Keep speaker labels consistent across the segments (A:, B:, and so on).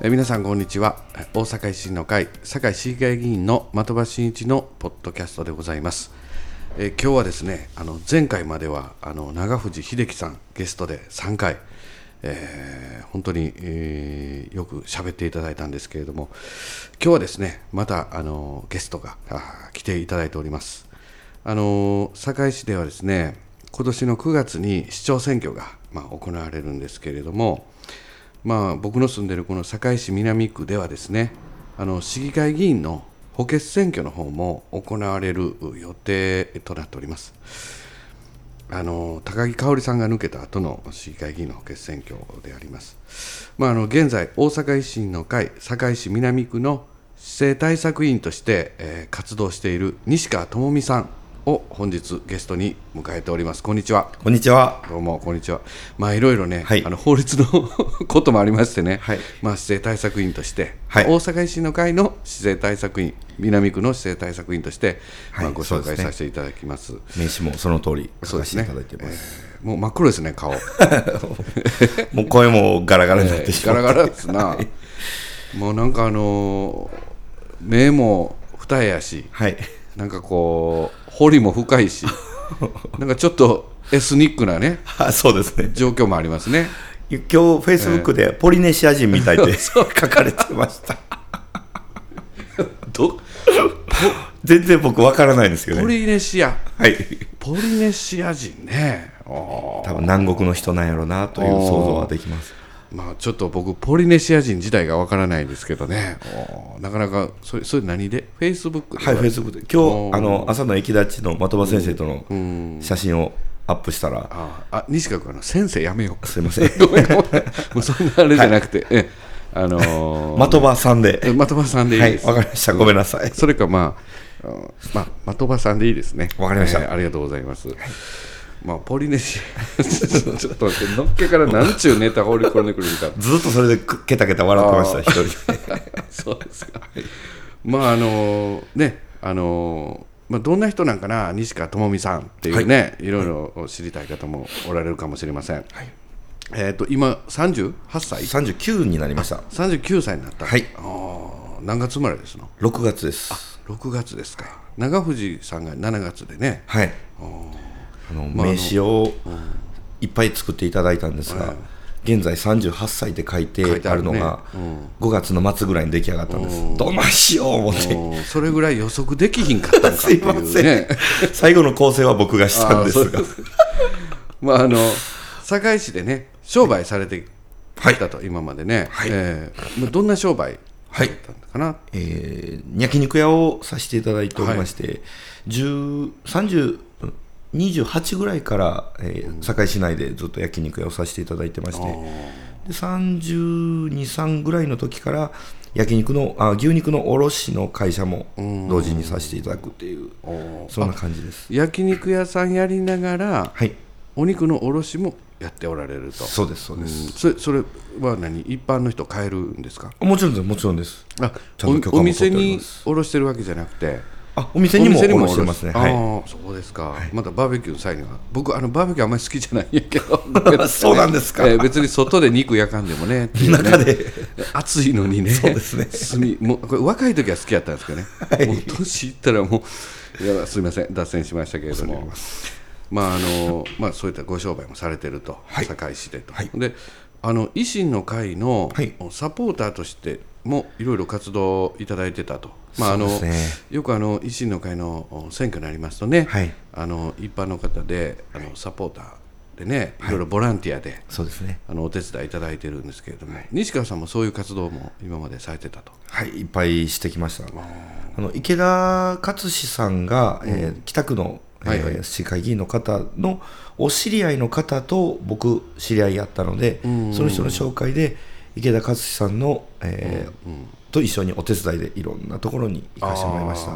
A: 皆さんこんにちは。大阪維新の会堺市議会議員の的場真一のポッドキャストでございます。今日はですね、前回までは長藤秀樹さんゲストで3回、本当に、よく喋っていただいたんですけれども、今日はですねまたゲストが来ていただいております。堺市ではですね、今年の9月に市長選挙が、行われるんですけれども、僕の住んでいるこの堺市南区ではですね、市議会議員の補欠選挙の方も行われる予定となっております。高木香織さんが抜けた後の市議会議員の補欠選挙であります。現在大阪維新の会堺市南区の市政対策委員として、活動している西川智美さんを本日ゲストに迎えております。こんにちは。
B: こんにちは。
A: どうもこんにちは。いろいろね、
B: はい、
A: 法律のこともありましてね、
B: はい、
A: 市政対策委員として、
B: はい、
A: 大阪維新の会の市政対策委員、南区の市政対策委員として、ご紹介させていただきます。
B: 名刺もその通り書かせていただいてます。
A: もう真っ黒ですね、顔。
B: もう声もガラガラになってしまって、
A: ガラガラですな、はい、もうなんか目も二重やし、
B: はい、
A: なんかこう彫りも深いしなんかちょっとエスニックなね
B: そうですね、
A: 状況もありますね。
B: 今日フェイスブックでポリネシア人みたいで書かれてました全然僕わからないんですけどね。
A: ポリネシア、
B: はい、
A: ポリネシア人ね、
B: 多分南国の人なんやろうなという想像はできます。
A: ちょっと僕ポリネシア人自体がわからないですけどね、なかなかそれ何でフェイスブックで、
B: はい、フェイスブックで今日朝の駅立ちの的場先生との写真をアップしたら、
A: 西川君先生やめよう、
B: すいません
A: ごめんもうそんなあれじゃなくて、
B: 的場さんで、
A: 的場さんでいいです。
B: わかりました、ごめんなさい。
A: それか的場さんでいいですね。
B: わかりました、
A: ありがとうございます。ポリネシアちょっと待って、のっけから何ちゅうネタ放り込んでくるみたいな
B: ずっとそれでケタケタ笑ってました、一人で
A: そうですか。どんな人なんかな、西川智美さんっていうね、いろいろ知りたい方もおられるかもしれません。はい、今38歳
B: 39になりました。
A: 39歳になった。
B: はい、
A: 何月生まれですの
B: ？6月です。
A: 6月ですか。長藤さんが7月でね。
B: はい、名刺をいっぱい作っていただいたんですが、現在38歳って書いてあるのが5月の末ぐらいに出来上がったんです。どないしよう思って、
A: それぐらい予測できひんかったんかっていうね。すいません、
B: 最後の構成は僕がしたんですが
A: 堺市でね商売されてきたと、今までね、どんな商売だったのかな。
B: 焼肉屋をさせていただいておりまして、28ぐらいから、堺市内でずっと焼肉屋をさせていただいてまして、で32、3ぐらいの時から牛肉の卸の会社も同時にさせていただくっていう、そんな感じです。
A: 焼肉屋さんやりながら、お肉の卸もやっておられると。
B: そうです、そうです。
A: それは一般の人買えるんですか？
B: もちろんです、もちろんです。
A: ちゃんと許可も取っております。お店に卸してるわけじゃなくて、
B: お店にも卸してますね。
A: そうですか。またバーベキューの際には、僕バーベキューあんまり好きじゃないんやけど
B: そうなんですか。
A: 別に外で肉焼かんでもね、
B: 中で
A: 暑いのにね。
B: そうですね。
A: もうこれ若い時は好きやったんですけどね、もう年いったらもうすいません、脱線しましたけれども、そういったご商売もされてると、堺市でと。で維新の会のサポーターとしてもいろいろ活動いただいてたと。よく維新の会の選挙になりますとね、一般の方でサポーターでね、いろいろボランティアで、
B: そうですね、
A: お手伝いいただいてるんですけれども、西川さんもそういう活動も今までされてたと。
B: はい、いっぱいしてきました。池田勝志さんが、北区の市会議員の方のお知り合いの方と僕知り合いやったので、その人の紹介で池田勝志さんの、と一緒にお手伝いでいろんなところに行かせてもらいました。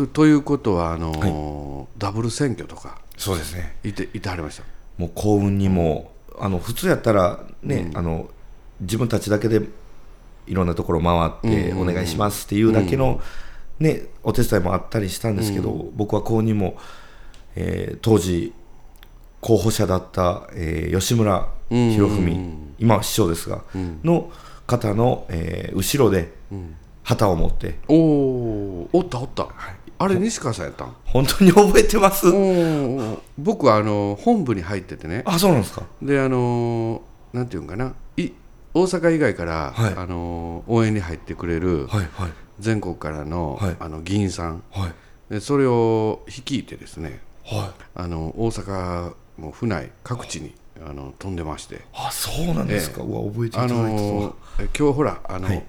A: ということはダブル選挙とか、
B: そうですね、
A: いてはりました。
B: もう幸運にも、普通やったらね、自分たちだけでいろんなところ回ってお願いしますっていうだけの、お手伝いもあったりしたんですけど、僕は幸運にも、当時候補者だった、吉村博文、今は市長ですが、の方の、後ろで旗を持って、
A: おった、あれ西川さんやったん？
B: 本当に覚えてます？
A: 僕は本部に入っててね。
B: あ、そうなんですか。
A: でなんていうんかな、大阪以外から、
B: はい
A: 応援に入ってくれる、
B: はいはい
A: 全国からの、
B: はい
A: 議員さん、
B: はい
A: でそれを率いてですね、
B: はい。
A: 大阪も府内各地に飛んでまして、
B: あ、そうなんですか。うわ、覚えていただいてたわ。
A: 今日ほら
B: はい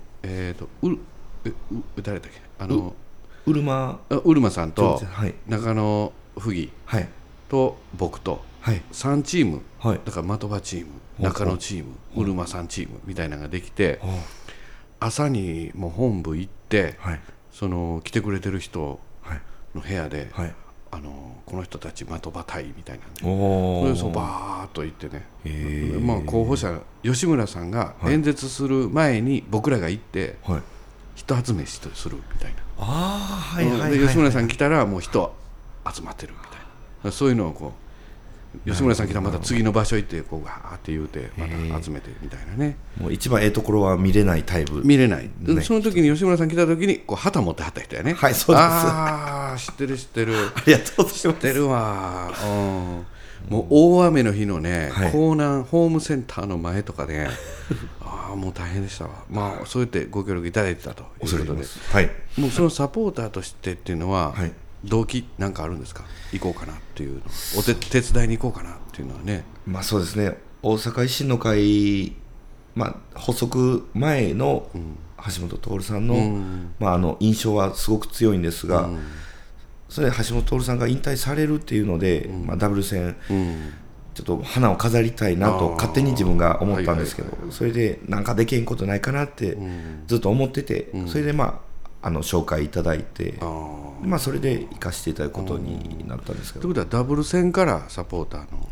A: 誰だっけ、
B: うるま
A: うるまさんと
B: はい
A: 中野府議
B: はい
A: と僕と
B: はい
A: 3チーム、
B: はい
A: だから的場チーム、
B: ほう
A: 中野チーム、うるまさんチームみたいなのができて、
B: は
A: 朝にもう本部行って
B: はい
A: その来てくれてる人
B: はい
A: の部屋で、
B: はい。
A: この人たち的場隊みたいなんで、
B: おお。
A: それでそうバーっと行ってね、
B: まあ
A: 候補者吉村さんが演説する前に僕らが行って
B: はい。
A: 人集めするみたいな、
B: ああ、はいはいはい。
A: で吉村さん来たらもう人集まってるみたいな、そういうのをこう吉村さん来たらまた次の場所行ってこうガーって言うてまた集めてみたいなね。
B: もう一番ところは見れないタイプ。
A: 見れない、
B: ね
A: その時に吉村さん来た時にこう旗持ってはった人やね。
B: はい、そうです。
A: ああ知ってる
B: ありがとうございます。
A: 知ってるわ、もう大雨の日のね、
B: はい
A: 江南ホームセンターの前とかで、もう大変でしたわ。まあそうやってご協力いただいてたという
B: 恐れ
A: ことで、
B: 入ります。はい。
A: もうそのサポーターとしてっていうのは、
B: はい
A: 動機なんかあるんですか？行こうかなっていうの、手伝いに行こうかなっていうのはね。
B: まあそうですね。大阪維新の会、発足前の橋本徹さんの、印象はすごく強いんですが、それで橋本徹さんが引退されるっていうので、ダブル戦、ちょっと花を飾りたいなと勝手に自分が思ったんですけど、それでなんかできんことないかなってずっと思ってて、それで紹介いただいて、それで行かせていただくことになったんですけど。
A: ということはダブル戦からサポーターの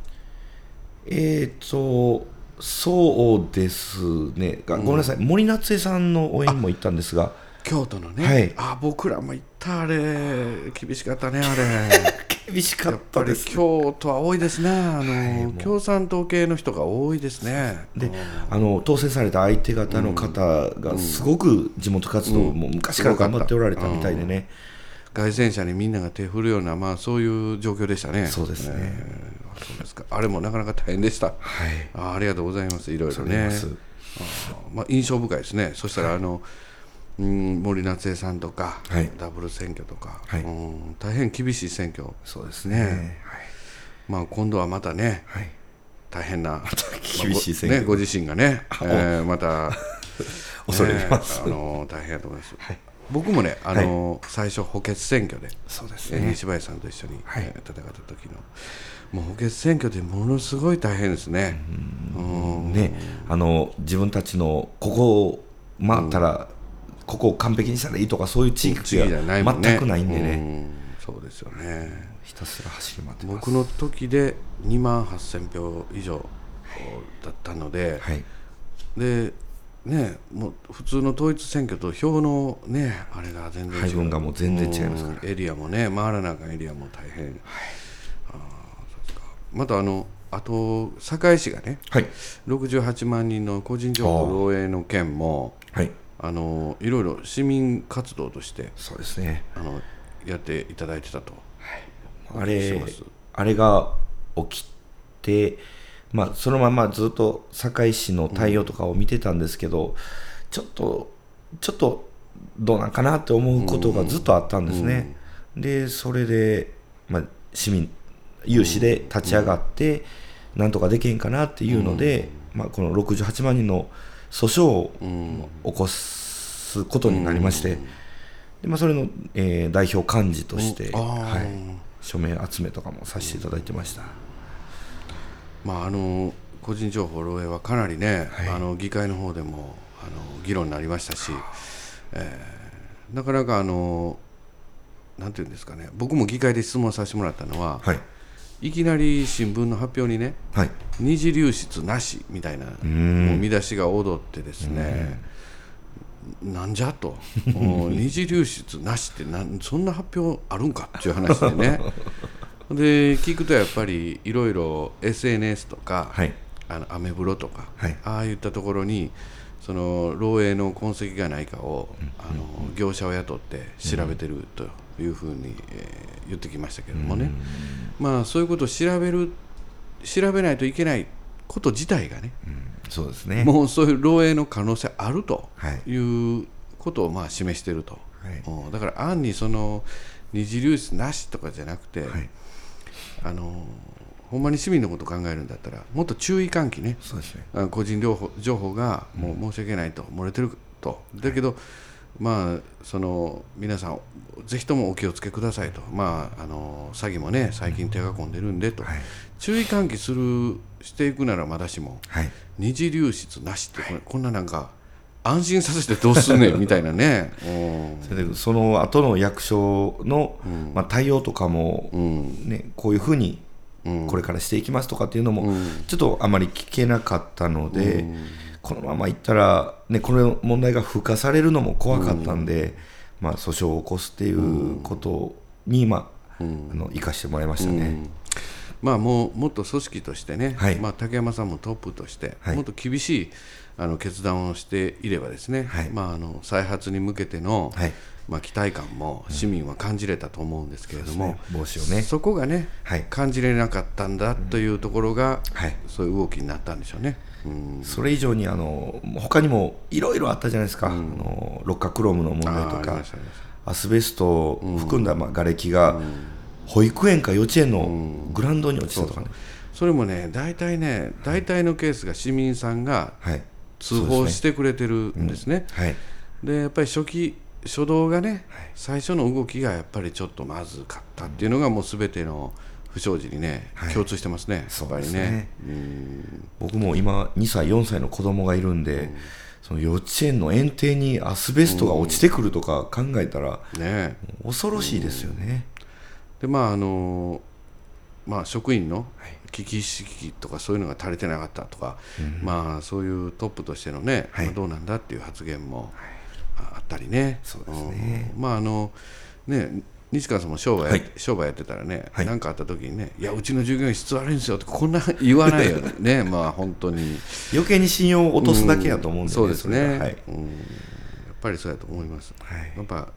B: そうですね。ごめんなさい、森夏江さんの応援にも行ったんですが、
A: 京都のね、
B: はい、
A: 僕らも行った。あれ厳しかったね。あれ
B: 厳しかったです。
A: 京都は多いですね。共産党系の人が多いですね。
B: で、当選された相手方の方がすごく地元活動も昔から頑張っておられたみたいでね、
A: 街宣車にみんなが手振るような、そういう状況でしたね。
B: そうですね。
A: そうですか。あれもなかなか大変でした。
B: はい。
A: ありがとうございます。いろいろね。印象深いですね。そしたら森夏江さんとか、ダブル選挙とか、大変厳しい選挙。
B: そうですね。
A: 今度はまたね、大変な
B: 厳しい選挙、
A: ご自身がね、また
B: 恐れ入ります。
A: 大変だと思います。僕もね、最初補欠選挙で西林さんと一緒に戦った時のもう補欠選挙でものすごい大変ですね。
B: 自分たちのここを回ったら、ここを完璧にしたらいいとかそういう地域が全くないんでね。
A: そうですよね。
B: ひたすら走り回ってます。
A: 僕の時で2万8000票以上だったので、でね、もう普通の統一選挙と票のねあれが全然違う、
B: 配分がもう全然違いますから、
A: エリアもね回らなあかんエリアも大変、そうですか。またあと堺市がね、68万人の個人情報漏洩の件も、いろいろ市民活動として
B: そうですね、
A: やっていただいてたと、
B: あれが起きて、そのままずっと堺市の対応とかを見てたんですけど、ちょっとどうなんかなって思うことがずっとあったんですね。でそれで、市民有志で立ち上がって、なんとかできんかなっていうので、この68万人の訴訟を起こすことになりまして、でそれの、代表幹事として、署名集めとかもさせていただいてました。
A: 個人情報漏洩はかなりね、議会の方でも議論になりましたし、なかなかなんていうんですかね、僕も議会で質問させてもらったのは、いきなり新聞の発表にね、二次流出なしみたいなもう見出しが踊ってですね、なんじゃと二次流出なしってそんな発表あるんかっていう話でねで聞くとやっぱりいろいろ SNS とか、 アメブロとか、
B: はい、
A: ああいったところにその漏洩の痕跡がないかを、業者を雇って調べてるというふうに、言ってきましたけれどもね、まあ、そういうことを調べないといけないこと自体がね、
B: そうですね、
A: もうそういう漏洩の可能性あるということをまあ示していると、はい、だから暗にその二次流出なしとかじゃなくて、はい、ほんまに市民のことを考えるんだったらもっと注意喚起ね、
B: そうですね、
A: 個人情報がもう申し訳ないと、漏れてると、だけど、まあ、その皆さんぜひともお気をつけくださいと、まあ、詐欺もね最近手が込んでるんでと、はい、注意喚起していくならまだしも、はい、二次流出なしって、こんななんか安心させてどうすんねんみたいなね
B: それでその後の役所の、まあ、対応とかも、ね、こういうふうにこれからしていきますとかっていうのもちょっとあまり聞けなかったので、このままいったら、ね、この問題が付加されるのも怖かったんで、まあ、訴訟を起こすっていうことに、まあ、生かしてもらいましたね。
A: まあ、もっと組織としてね、
B: はい、
A: まあ、竹山さんもトップとして、
B: はい、
A: もっと厳しい決断をしていればですね、はい、まあ、再発に向けての、はい、まあ、期待感も市民は感じれたと思うんですけれども、
B: 防止をね、
A: そこがね、はい、感じれなかったんだというところが、
B: はい、
A: そういう動きになったんでしょうね。
B: それ以上に他にもいろいろあったじゃないですか、六角クロムの問題とかアスベストを含んだ瓦礫が保育園か幼稚園のグラウンドに落ちたとかね、
A: それもね大体のケースが市民さんが通報してくれてるんですね。でやっぱり初動がね、はい、最初の動きがやっぱりちょっとまずかったっていうのがもう全ての不祥事にね、はい、共通してますね。
B: そうですね。僕も今2歳4歳の子供がいるんで、その幼稚園の園庭にアスベストが落ちてくるとか考えたら、ね、恐ろしいですよね。
A: でまあ職員の危機意識とかそういうのが足りてなかったとか、まあそういうトップとしてのね、はい、どうなんだっていう発言もあったりね。
B: そうですね。
A: まあね、西川さんも商売やってたらね、はい、何かあった時にね、いやうちの従業員質悪いんですよってこんな言わないよね。まあ本当に
B: 余計に信用を落とすだけやと思うんで、ね、
A: そうですね。はい、やっぱりそうやと思います。
B: はい、
A: やっぱ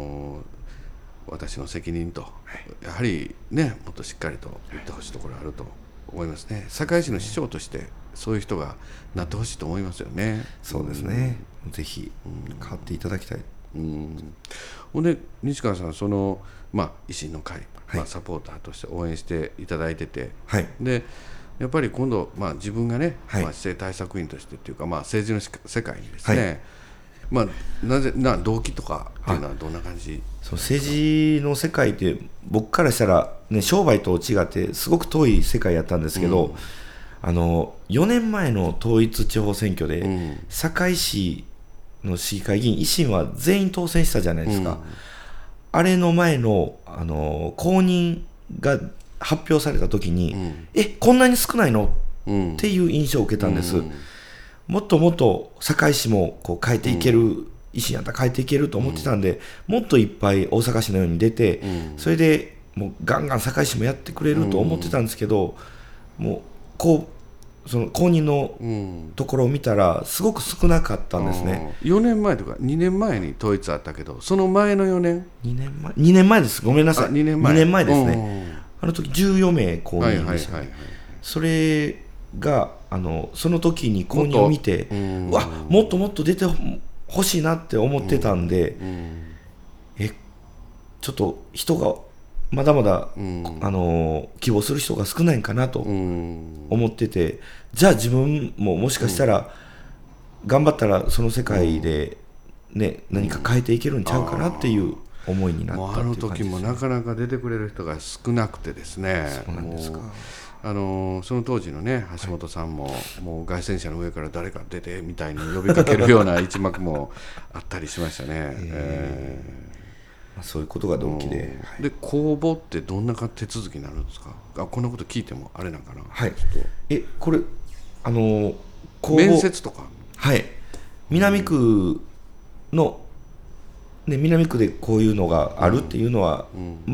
A: 私の責任と、やはりねもっとしっかりと言ってほしいところあると思いますね。堺市の市長としてそういう人がなってほしいと思いますよね。
B: そうですね。ぜひ変わっていただきたい。
A: ほんで西川さん維新の会、はい、サポーターとして応援していただいてて、はい、でやっぱり今度、自分がね、はい、市政対策委員としてっていうか、政治の世界にですね、はい、動機とかっていうのはどんな感じ？
B: その政治の世界って僕からしたら、ね、商売と違ってすごく遠い世界やったんですけど、4年前の統一地方選挙で、堺市の市議会議員維新は全員当選したじゃないですか。あれの前の、公認が発表された時に、こんなに少ないの、っていう印象を受けたんです。もっともっと堺市もこう変えていける、維新やったら変えていけると思ってたんで、もっといっぱい大阪市のように出て、それでもうガンガン堺市もやってくれると思ってたんですけど、もうその公認のところを見たらすごく少なかったんですね。
A: 4年前とか2年前に統一あったけど、その前の4年
B: 2年前です。ごめんなさい。2年前ですね。あの時14名公認でしたね。それがその時に公認を見て、わもっともっと出てほしいなって思ってたんで、ちょっと人がまだまだ、希望する人が少ないんかなと思ってて、じゃあ自分ももしかしたら、頑張ったらその世界で、ね、何か変えていけるんちゃうかなっていう思いになったっていう感じです。
A: あの時もなかなか出てくれる人が少なくてですね。
B: そうなんですか。
A: その当時のね橋本さんも、もう凱旋車の上から誰か出てみたいに呼びかけるような一幕もあったりしましたね。
B: そういうことが動機で、
A: で公募ってどんな手続きになるんですか？こんなこと聞いてもあれなんかな。
B: はい。これ
A: 面接とか。
B: はい。南区の、ね、南区でこういうのがあるっていうのは、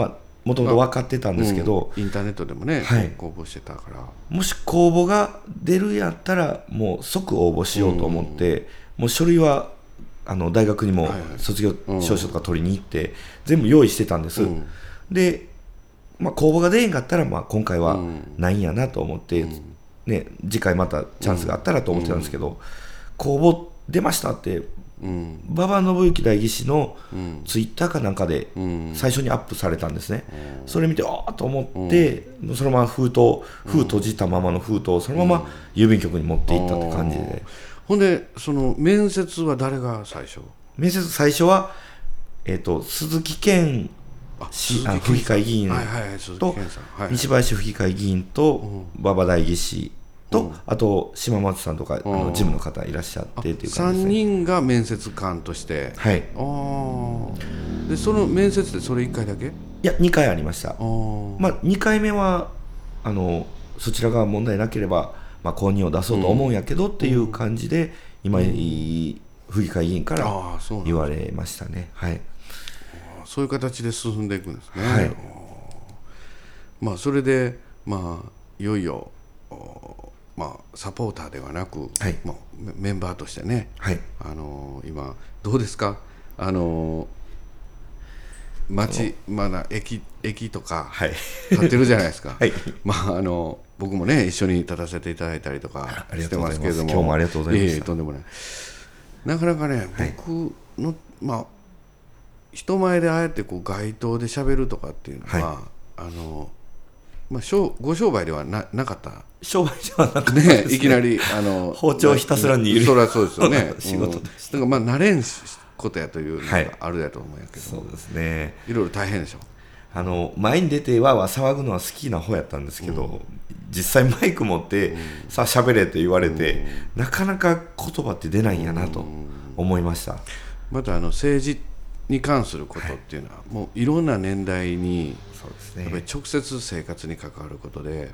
B: もともと分かってたんですけど、
A: インターネットでもね、
B: はい
A: 公募してたから。
B: もし公募が出るやったらもう即応募しようと思って、もう書類は大学にも卒業証書とか取りに行って全部用意してたんです、で、公募が出へんかったら今回はないんやなと思って、ね、次回またチャンスがあったらと思ってたんですけど、公募出ましたって馬場伸幸代議士のツイッターかなんかで最初にアップされたんですね。それ見てああと思って、そのまま封閉じたままの封筒をそのまま郵便局に持っていったって感じで、
A: ほんでその面接は誰が最初？
B: 面接最初は、鈴木健府議会議員と西林府議会議員と馬場代議士と、あと島松さんとか事務の方いらっしゃってっていう感じですね。
A: 3人が面接官として、
B: はい、
A: でその面接でそれ1回だけ？
B: いや2回ありました。2回目はそちらが問題なければ、公認を出そうと思うんやけどっていう感じで、今井府議会議員から言われましたね。はい、
A: そういう形で進んでいくんですね。
B: はい、
A: それでいよいよサポーターではなく、
B: はい、
A: メンバーとしてね、
B: はい、
A: 今どうですか、街まだ駅とか立ってるじゃないですか、はい、僕もね一緒に立たせていただいたりとかしてますけれども、
B: 今日もありがとうございました。
A: とんでもない。なかなかね、僕の人前でああやって街頭で喋るとかっていうのは、ご商売では なかった。
B: 商売ではなかったですね。
A: いきなり
B: 包丁ひたすらにいる。
A: それはそうですよね。
B: 仕事でした。
A: だから慣れんことやというのがあるやと思うんやけど、
B: そうですね。
A: いろいろ大変でしょ。
B: 前に出て騒ぐのは好きな方やったんですけど、実際マイク持って、さあ喋れと言われて、なかなか言葉って出ないんやなと思いました。
A: また政治に関することっていうのは、もういろんな年代にやっぱり直接生活に関わることで、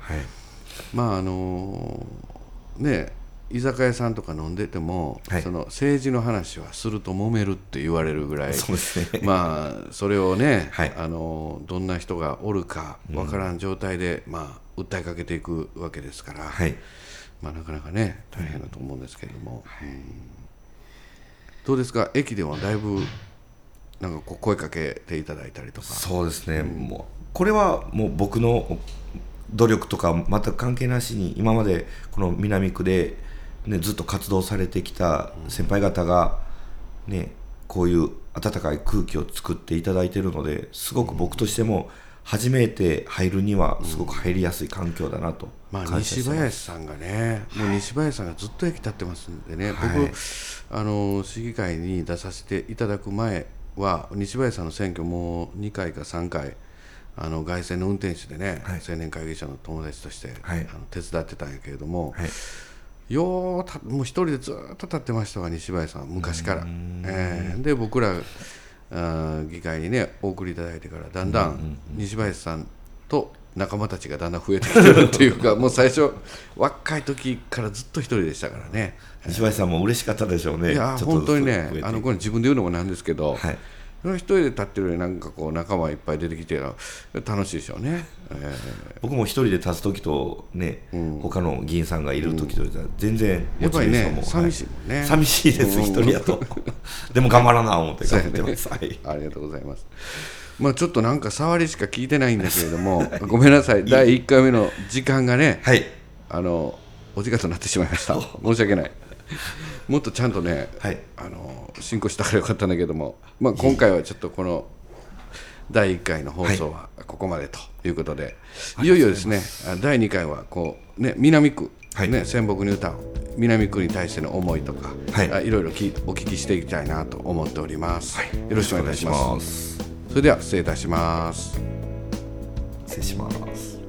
A: 居酒屋さんとか飲んでても、その政治の話はすると揉めるって言われるぐらい、
B: そうですね。
A: それをね、どんな人がおるかわからん状態で、訴えかけていくわけですから、なかなかね大変だと思うんですけれども、どうですか、駅ではだいぶなんか声かけていただいたりとか。
B: そうですね、もうこれはもう僕の努力とか全く関係なしに、今までこの南区で、ずっと活動されてきた先輩方が、こういう温かい空気を作っていただいているので、すごく僕としても初めて入るにはすごく入りやすい環境だなと感謝してます。
A: 西林さんがね、もう西林さんがずっと駅立ってますんでね、僕市議会に出させていただく前は西林さんの選挙もう2回か3回凱旋の運転手でね、青年会議所の友達として、手伝ってたんやけれども、もう一人でずっと立ってましたわ、西林さん昔から。で僕ら議会にねお送りいただいてから、だんだん西林さんと仲間たちがだんだん増えてきてるっていうかもう最初若い時からずっと一人でしたからね。
B: 西林さんも嬉しかったでしょうね。
A: いや本当にね、これ自分で言うのもなんですけど、一人で立ってるよりなんか仲間いっぱい出てきて楽しいでしょうね。
B: 僕も一人で立つ時とね、他の議員さんがいる時と全然
A: やっぱりね寂しいもんね。
B: 寂しいです、一人やとでも頑張らな思って頑張ってます。あり
A: がとうございます。ちょっとなんか触りしか聞いてないんだけれどもごめんなさい、第1回目の時間がね、お時間となってしまいました。申し訳ない。もっとちゃんとね、進行したからよかったんだけども、今回はちょっとこの第1回の放送はここまでということで、いよいよですね第2回は南区、仙北ニュータウン南区に対しての思いとか、いろいろお聞きしていきたいなと思っております。よろしくお願いします。それでは失礼いたします。
B: 失礼します。